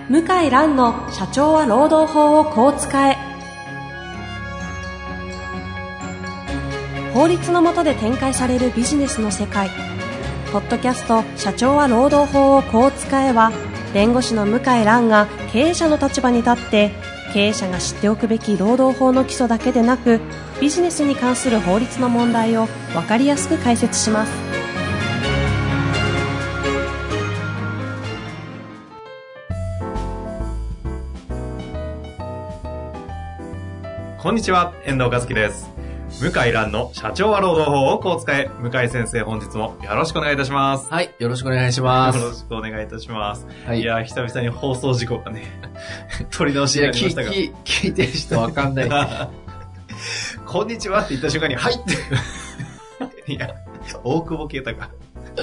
向井蘭の社長は労働法をこう使え。法律の下で展開されるビジネスの世界。ポッドキャスト社長は労働法をこう使えは、弁護士の向井蘭が経営者の立場に立って経営者が知っておくべき労働法の基礎だけでなく、ビジネスに関する法律の問題を分かりやすく解説します。 こんにちは、遠藤和樹です。向井蘭の社長は労働法をこう使え。向井先生、本日もよろしくお願いいたします。 はい、よろしくお願いします。 よろしくお願いいたします。 はい、 いや、久々に放送事故がね、取り直しになりましたが。 聞いてる人わかんない。 こんにちはって言った瞬間に、はいって。いや、大久保啓太か。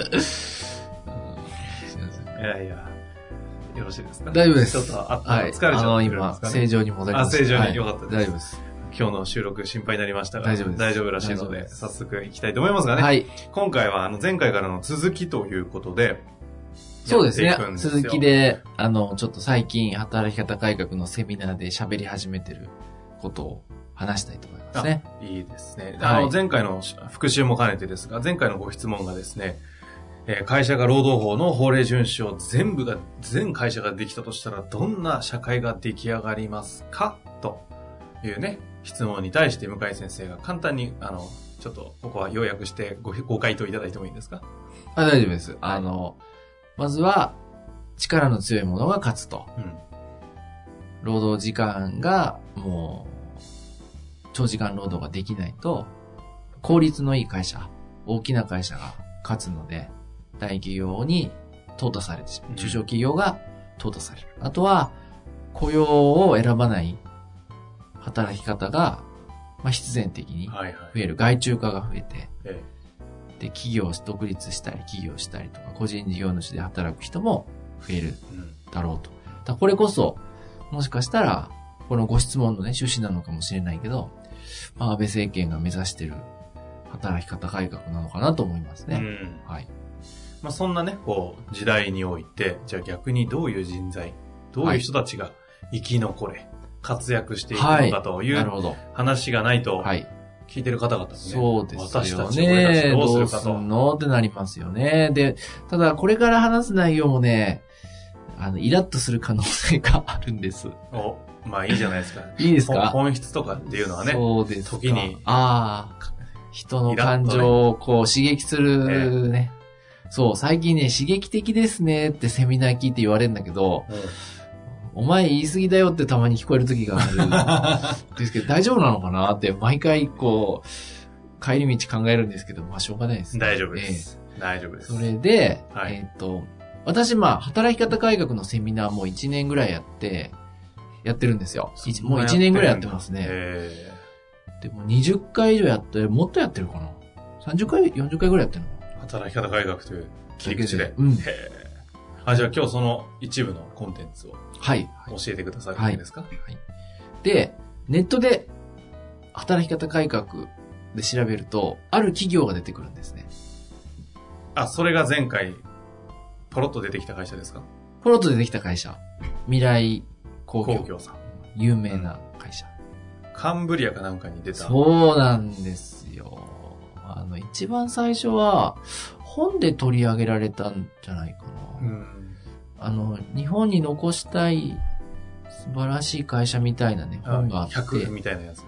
いやいや。よろしいですか？ 大丈夫です。 ちょっと疲れちゃってるんですかね。 今、正常に戻りました。 正常に良かったです。 大丈夫です。 今日の収録心配になりましたが、 大丈夫です。 大丈夫らしいので、早速行きたいと思いますがね。 はい。 今回は前回からの続きということで、 そうですね。続きで、ちょっと最近働き方改革のセミナーで喋り始めてることを話したいと思いますね。 いいですね。 はい、 前回の復習も兼ねてですが、前回のご質問がですね、会社が労働法の法令遵守を全会社ができたとしたらどんな社会が出来上がりますかというね、質問に対して向井先生が簡単に、ちょっとここは要約してご回答いただいてもいいですか？ 大丈夫です。まずは、力の強い者が勝つと。労働時間がもう、長時間労働ができないと、効率のいい会社、大きな会社が勝つので、大企業に淘汰されてしまう。中小企業が淘汰される。あとは、雇用を選ばない働き方が、必然的に増える。外注化が増えて、で、企業を独立したり、起業したりとか、個人事業主で働く人も増えるだろうと。だこれこそ、もしかしたら、このご質問のね、趣旨なのかもしれないけど、安倍政権が目指している働き方改革なのかなと思いますね。はい。 そんなね、時代において、じゃあ逆にどういう人材、どういう人たちが生き残れ、活躍していくのだという話がないと、聞いてる方々もね、 そうですよね。 私たち俺たちどうするかと。 どうすんのってなりますよね。で、ただこれから話す内容もね、イラッとする可能性があるんです。 いいじゃないですか。 いいですか？ 本質とかっていうのはね、 そうですか。 時に。 人の感情を刺激するね。そう、最近ね、刺激的ですねってセミナー聞いて言われるんだけど、お前言い過ぎだよってたまに聞こえる時があるんですけど、大丈夫なのかなって毎回帰り道考えるんですけど、しょうがないですね。 大丈夫です。大丈夫です。 それで、私働き方改革のセミナーも1年ぐらいやってるんですよ。もう1年ぐらいやってますね。でも20回以上やって、もっとやってるかな ?30 回、40回ぐらいやってるのかな？ 働き方改革という切り口で。じゃあ今日その一部のコンテンツを教えてくださるんですか？ で、ネットで働き方改革で調べると、ある企業が出てくるんですね。 それが前回、ポロッと出てきた会社ですか？ ポロッと出てきた会社。未来工業さん。 有名な会社。 カンブリアかなんかに出た。 そうなんですよ。一番最初は、本で取り上げられたんじゃないかな。日本に残したい素晴らしい会社みたいなね、本があって。 100みたいなやつです。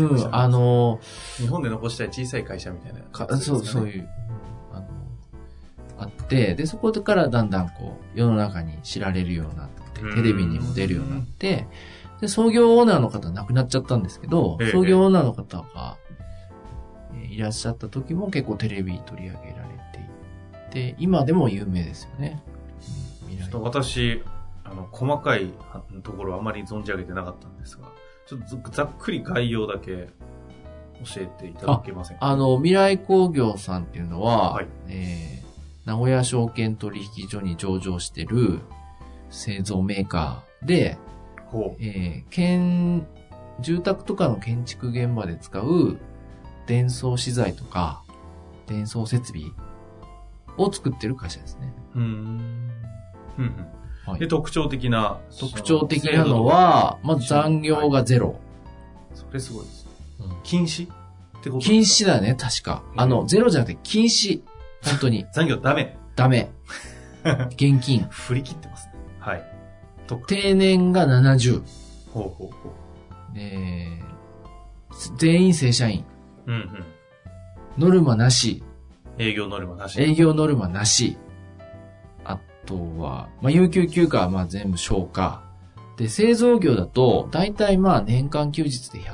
100、 日本で残したい小さい会社みたいなやつですかね。 そういう、あって、で、そこからだんだん世の中に知られるようになって、テレビにも出るようになって、で、創業オーナーの方亡くなっちゃったんですけど、創業オーナーの方が、いらっしゃった時も結構テレビ取り上げられていて、今でも有名ですよね。 ちょっと私、細かいところはあまり存じ上げてなかったんですが、ちょっとざっくり概要だけ教えていただけませんか？ 未来工業さんっていうのは、名古屋証券取引所に上場してる製造メーカーで、住宅とかの建築現場で使う電装資材とか電装設備を作ってる会社ですね。 はい。 で、特徴的なのは、まず残業がゼロ。 それすごいです。禁止ってこと？ 禁止だね、確か。ゼロじゃなくて禁止。本当に。 残業ダメ。 現金。 振り切ってますね。はい。 定年が70。 ほうほうほう。 で、全員正社員。 うんうん。 ノルマなし。 営業ノルマなし。 あとは、有給休暇は全部消化。で、製造業だと、だいたい年間休日で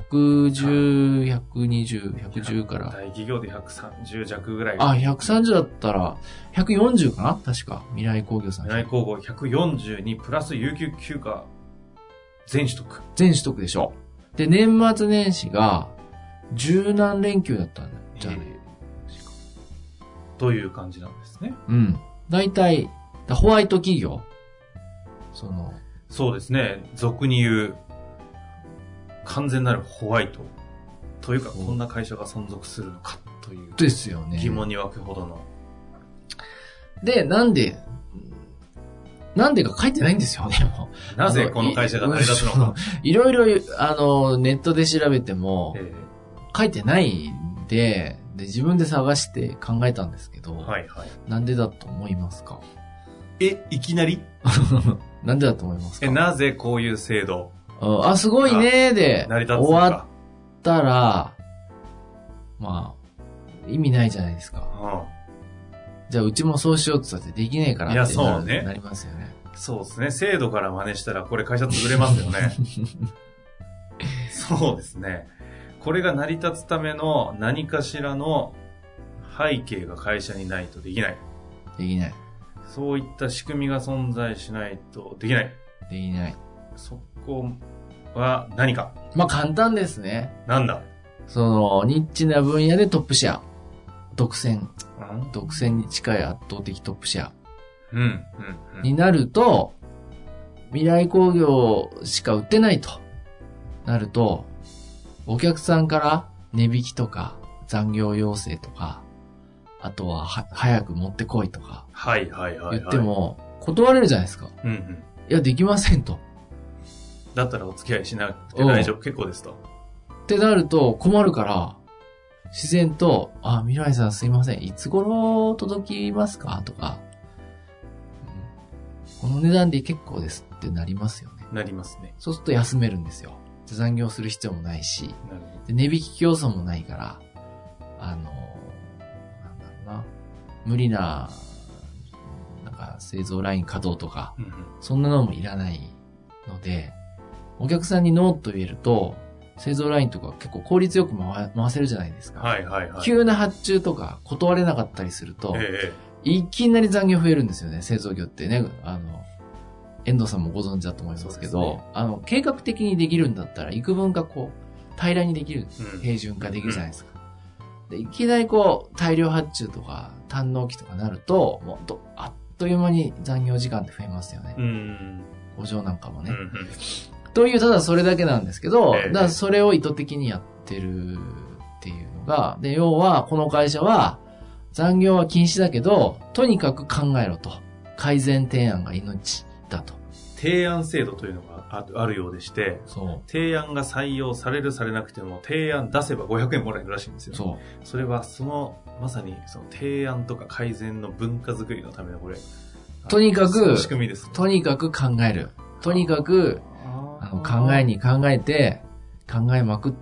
110、120、110から。 大企業で130弱ぐらい。 130だったら、140かな確か。未来工業さん。 未来工業140にプラス有給休暇、全取得。 全取得でしょ。で、年末年始が、10何連休だったんじゃないという感じなんですね。 うん。だいたい、ホワイト企業。 そうですね。俗に言う、完全なるホワイト。というか、こんな会社が存続するのかという。 ですよね。 疑問に湧くほどの。 で、なんでか書いてないんですよね、もう。なぜこの会社が成り立つのか。 いろいろ、ネットで調べても、書いてないんで、自分で探して考えたんですけど、 はいはい。 なんでだと思いますか？ いきなりなんでだと思いますか？ なぜこういう制度すごいねーで、 成り立つのか。 終わったら、意味ないじゃないですか。じゃあうちもそうしようって言ったってできねえからってなりますよね。 そうですね。制度から真似したらこれ会社潰れますよね。そうですね。これが成り立つための何かしらの背景が会社にないとできない。 できない。 そういった仕組みが存在しないとできない。 できない。 そこは何か。 簡単ですね。 なんだ？ ニッチな分野でトップシェア。独占に近い圧倒的トップシェア。になると、未来工業しか売ってないとなると、お客さんから値引きとか残業要請とか、あとは早く持ってこいとか言っても断れるじゃないですか。いや、できませんと。 だったらお付き合いしなくて大丈夫、結構ですと。 ってなると困るから、自然と、未来さんすいません、いつ頃届きますかとか、この値段で結構ですってなりますよね。 なりますね。 そうすると休めるんですよ。残業する必要もないし、で値引き競争もないから、無理な、製造ライン稼働とか、そんなのもいらないので、お客さんにノーと言えると、製造ラインとか結構効率よく回せるじゃないですか。急な発注とか断れなかったりすると、いきなり残業増えるんですよね、製造業ってね。遠藤さんもご存知だと思いますけど、計画的にできるんだったら、幾分か平らにできる、平準化できるじゃないですか。で、いきなり大量発注とか、単納期とかなると、もうあっという間に残業時間って増えますよね。工場なんかもね。という、ただそれだけなんですけど、だからそれを意図的にやってるっていうのが、で、要は、この会社は、残業は禁止だけど、とにかく考えろと。改善提案が命だと。 提案制度というのがあるようでして、提案が採用されるされなくても、提案出せば500円もらえるらしいんですよ。それはまさに提案とか改善の文化づくりのためのこれ。 とにかく、 仕組みです、ね。 とにかく考える。とにかく、考えまくって、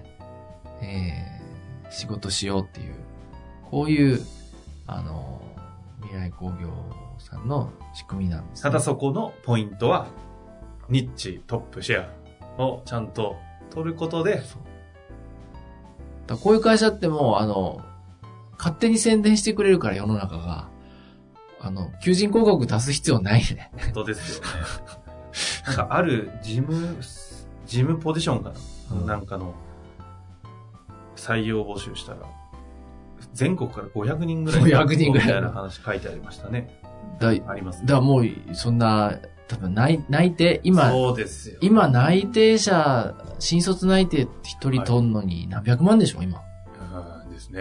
仕事しようっていう、こういう、未来工業さんの仕組みなんです、ね。 ただそこのポイントは、ニッチトップシェアをちゃんと取ることで、 こういう会社ってもう、勝手に宣伝してくれるから世の中が、求人広告出す必要ないね。 本当ですよね。ある事務ポジションかな、なんかの採用募集したら、全国から500人ぐらい。 500人ぐらい。 みたいな話書いてありましたね。ありますね。 だからもう、そんな、多分内定、今、 そうですよ。 今内定者、新卒内定って一人取んのに何百万でしょ、今。 ですね。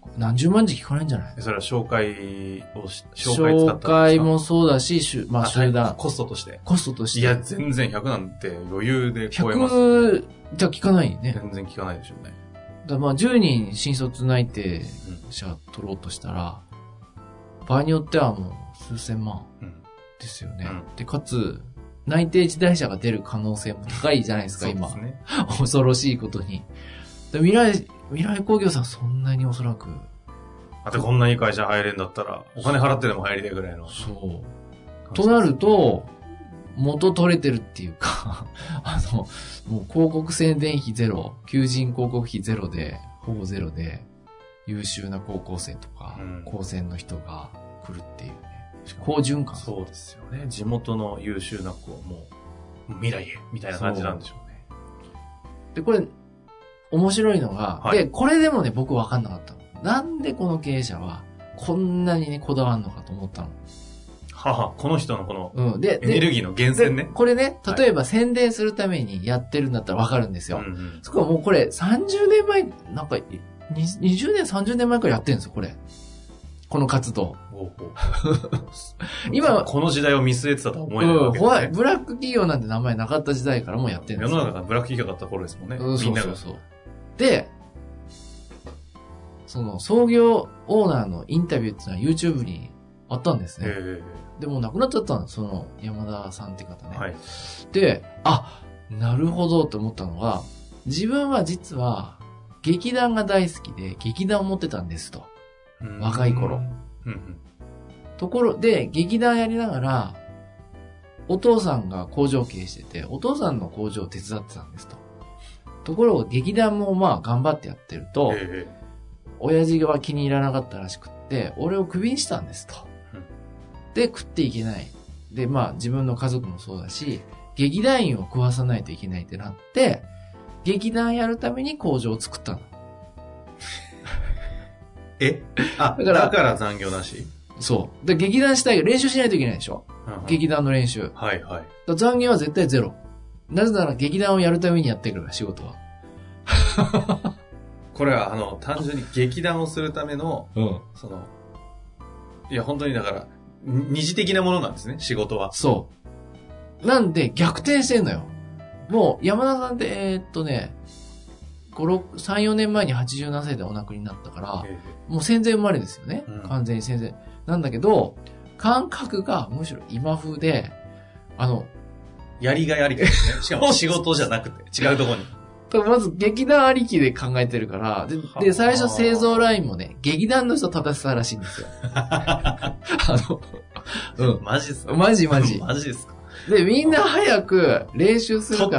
何十万字聞かないんじゃない？ それは紹介使ったん紹介もそうだし、集団。 コストとして。 コストとして。 いや、全然100なんて余裕で超えます。 100じゃ聞かないね。 全然聞かないでしょうね。 だまあ10人新卒内定者取ろうとしたら、場合によってはもう数千万ですよね。で、かつ、内定時代者が出る可能性も高いじゃないですか、今。そうですね。恐ろしいことに。未来工業さんそんなにおそらく。 あとこんないい会社入れんだったら、お金払ってでも入りたいぐらいの。 そう。となると、元取れてるっていうか、もう広告宣伝費ゼロ、求人広告費ゼロで、ほぼゼロで、優秀な高校生とか、高専の人が来るっていうね。好循環。 そうですよね。地元の優秀な子をもう、未来へ、みたいな感じなんでしょうね。 で、これ、面白いのが、はい、で、これでもね、僕分かんなかったの。なんでこの経営者は、こんなにね、こだわるのかと思ったの。 この人のこの、エネルギーの源泉ね。 これね、例えば宣伝するためにやってるんだったら分かるんですよ。そこはもうこれ、30年前、なんか、20年、30年前からやってるんですよ、これ。この活動。 今、この時代を見据えてたとは思えないわけですね。 ブラック企業なんて名前なかった時代からもうやってるんですよ。 世の中がブラック企業だった頃ですもんね。みんなが。そう。 で、その創業オーナーのインタビューっていうのは YouTube にあったんですね。でもなくなっちゃったの、その山田さんって方ね。はい、で、なるほどと思ったのが、自分は実は劇団が大好きで劇団を持ってたんですと。若い頃。ところで、劇団やりながら、お父さんが工場を経営してて、お父さんの工場を手伝ってたんですと。ところが劇団もまあ頑張ってやってると、親父が気に入らなかったらしくって、俺をクビにしたんですと。で、食っていけない。で、まあ自分の家族もそうだし、劇団員を食わさないといけないってなって、劇団やるために工場を作ったの。 だから残業なし？ そう。で、劇団したい、練習しないといけないでしょ、劇団の練習。 はいはい。 残業は絶対ゼロ。なぜなら劇団をやるためにやってくるから、仕事は。 これは、単純に劇団をするための、いや、本当にだから、二次的なものなんですね、仕事は。 そう。なんで、逆転してんのよ。もう、山田さんって、3、4年前に87歳でお亡くなりになったから、もう戦前生まれですよね。完全に戦前。なんだけど、感覚がむしろ今風で、 やりがいありきですね。しかも仕事じゃなくて、違うところに。 まず劇団ありきで考えてるから、で、最初製造ラインもね、劇団の人立てたらしいんですよ。 マジっすか？ マジ。 マジですか？ で、みんな早く練習するから、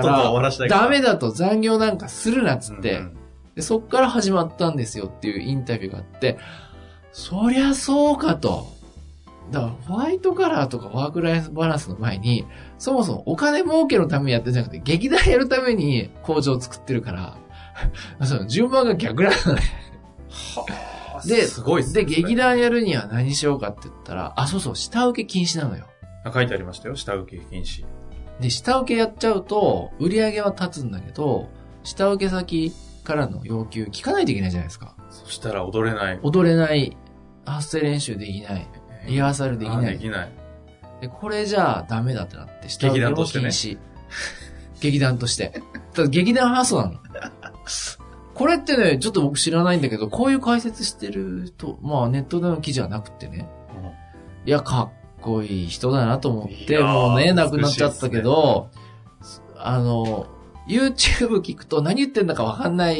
ダメだと残業なんかするなっつって、で、そっから始まったんですよっていうインタビューがあって、そりゃそうかと。だから、ホワイトカラーとかワークライフバランスの前に、そもそもお金儲けのためにやってるんじゃなくて、劇団やるために工場を作ってるから、その順番が逆なのね。で、 すごいっすね。 で、劇団やるには何しようかって言ったら、そう、下請け禁止なのよ。 書いてありましたよ、下請け禁止。 で、下請けやっちゃうと、売り上げは立つんだけど、下請け先からの要求聞かないといけないじゃないですか。 そしたら踊れない。 発声練習できない。リハーサルできない。 できない。 で、これじゃあダメだってなって、下請けも禁止。劇団として。ただ劇団発想なの。これってね、ちょっと僕知らないんだけど、こういう解説してると、まあネットでの記事はなくってね。いや、かっこいい人だなと思って、もうね、亡くなっちゃったけど、YouTube 聞くと何言ってんだかわかんない、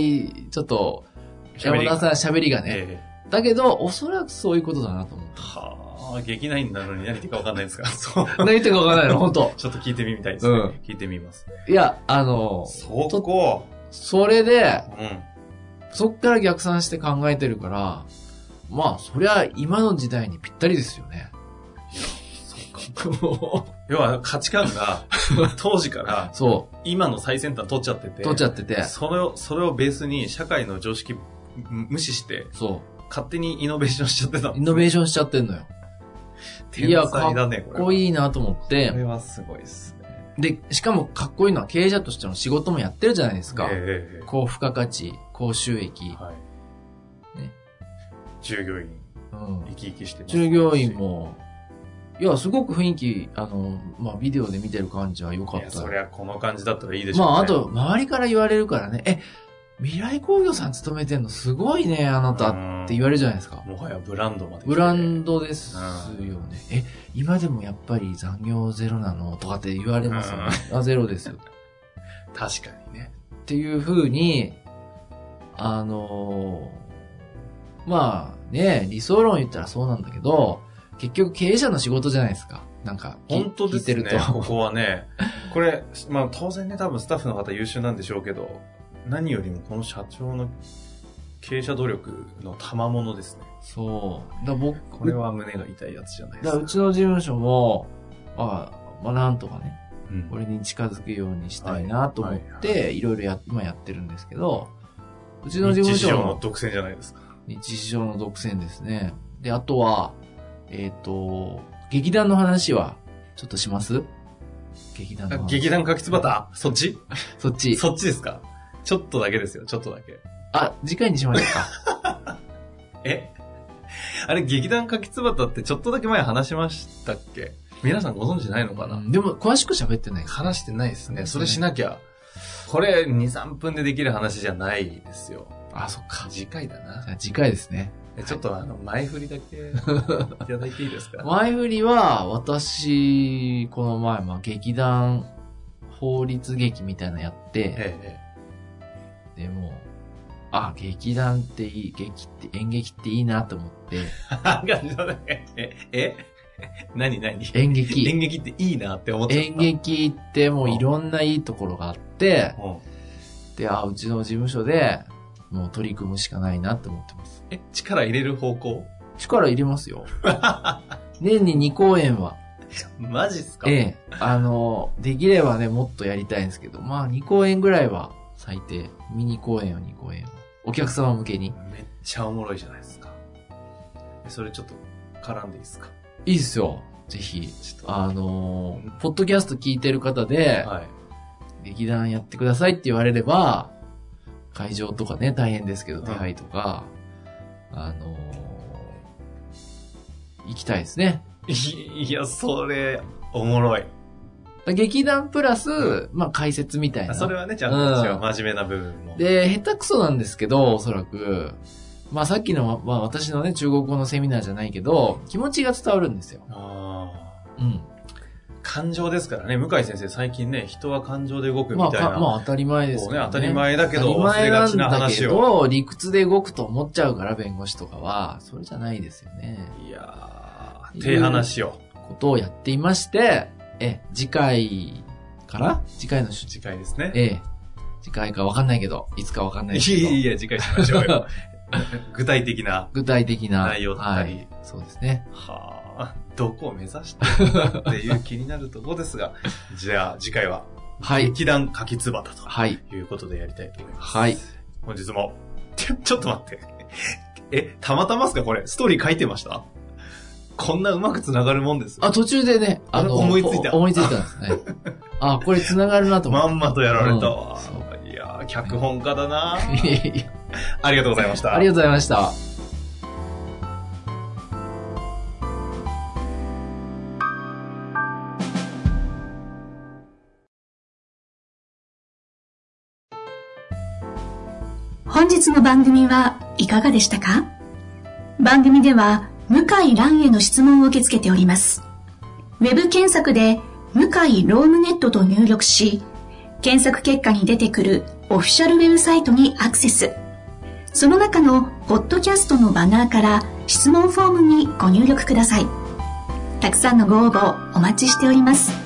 ちょっと、山田さん喋りがね。だけど、おそらくそういうことだなと思った。 劇団員なのに何言ってるかわかんないですか？ 何言ってるかわかんないの、本当。 ちょっと聞いてみたいですね。聞いてみます。 いや、それで、そっから逆算して考えてるから、まあ、そりゃ今の時代にぴったりですよね。 要は価値観が当時からそう今の最先端取っちゃってて、それをベースに社会の常識無視して、勝手にイノベーションしちゃってたんです。 イノベーションしちゃってんのよ。いや、かっこいいなと思って。 これはすごいですね。 で、しかもかっこいいのは経営者としての仕事もやってるじゃないですか。高付加価値、高収益。 従業員、生き生きしてます。 従業員も、いや、すごく雰囲気、ビデオで見てる感じは良かった。いや、 そりゃこの感じだったらいいでしょうね。 あと、周りから言われるからね、未来工業さん勤めてんのすごいね、あなたって言われるじゃないですか。 もはやブランドまで。 ブランドですよね。今でもやっぱり残業ゼロなのとかって言われますよね。ゼロですよ。 確かにね。 っていう風に、理想論言ったらそうなんだけど、結局経営者の仕事じゃないですか。なんか、 本当ですね。 聞いてると。 ここはね、これ、当然ね、多分スタッフの方優秀なんでしょうけど、何よりもこの社長の経営者努力の賜物ですね。 そう。 これは胸が痛いやつじゃないですか。 うちの事務所も、なんとかね、これに近づくようにしたいなと思って、いろいろ今やってるんですけど、うちの事務所日常の独占じゃないですか。 日常の独占ですね。で、あとは、劇団の話は、ちょっとします？劇団の話。 劇団かきつばた？そっち？ そっち。 そっちですか？ちょっとだけですよ、ちょっとだけ。 次回にしましょうか。 あれ、劇団かきつばたってちょっとだけ前話しましたっけ？皆さんご存知ないのかな？ でも、詳しく喋ってないです。 話してないですね。それしなきゃ。これ、2、3分でできる話じゃないですよ。 そっか。 次回だな。 じゃあ次回ですね。 ちょっと前振りだけいただいていいですか？ 前振りは、私、この前、劇団、法律劇みたいなのやって、でも、劇団っていい、演劇っていいなと思って。 何演劇。 演劇っていいなって思ってた。 演劇ってもういろんないいところがあって、で、うちの事務所で、もう取り組むしかないなって思ってます。 力入れる方向？ 力入れますよ。年に2公演は。 マジっすか？ できればね、もっとやりたいんですけど、2公演ぐらいは最低。ミニ公演を2公演は。お客様向けに。 めっちゃおもろいじゃないですか。それちょっと絡んでいいですか？ いいっすよ。ぜひ。ポッドキャスト聞いてる方で、劇団やってくださいって言われれば、会場とかね、大変ですけど、手配とか、行きたいですね。 いや、それ、おもろい。 劇団プラス、解説みたいな。 それはね、ちゃんと真面目な部分も。 で、下手くそなんですけど、おそらく、さっきの、私のね、中国語のセミナーじゃないけど、気持ちが伝わるんですよ。 感情ですからね。向井先生、最近ね、人は感情で動くみたいな。 当たり前ですけどね。 当たり前だけど、忘れがちな話を。 当たり前なんだけど、理屈で動くと思っちゃうから、弁護士とかは、それじゃないですよね。 いやー、手話を。 ことをやっていまして、次回から次回ですね。 次回か分かんないけど、いつか分かんないけど。 いや、次回しましょうよ。具体的な内容だったり。 そうですね。 どこを目指してるのかっていう気になるところですが、じゃあ次回は、劇団かきつばたということでやりたいと思います。本日も、ちょっと待って。たまたまっすかこれ、ストーリー書いてました？こんなうまく繋がるもんです。 途中でね、 思いついたんですね。これ繋がるなと思って。 まんまとやられたわ。いやー、脚本家だなありがとうございました。 ありがとうございました。 本日の番組はいかがでしたか？番組では向井蘭への質問を受け付けております。ウェブ検索で向井ロームネットと入力し、検索結果に出てくるオフィシャルウェブサイトにアクセス。その中のポッドキャストのバナーから質問フォームにご入力ください。たくさんのご応募お待ちしております。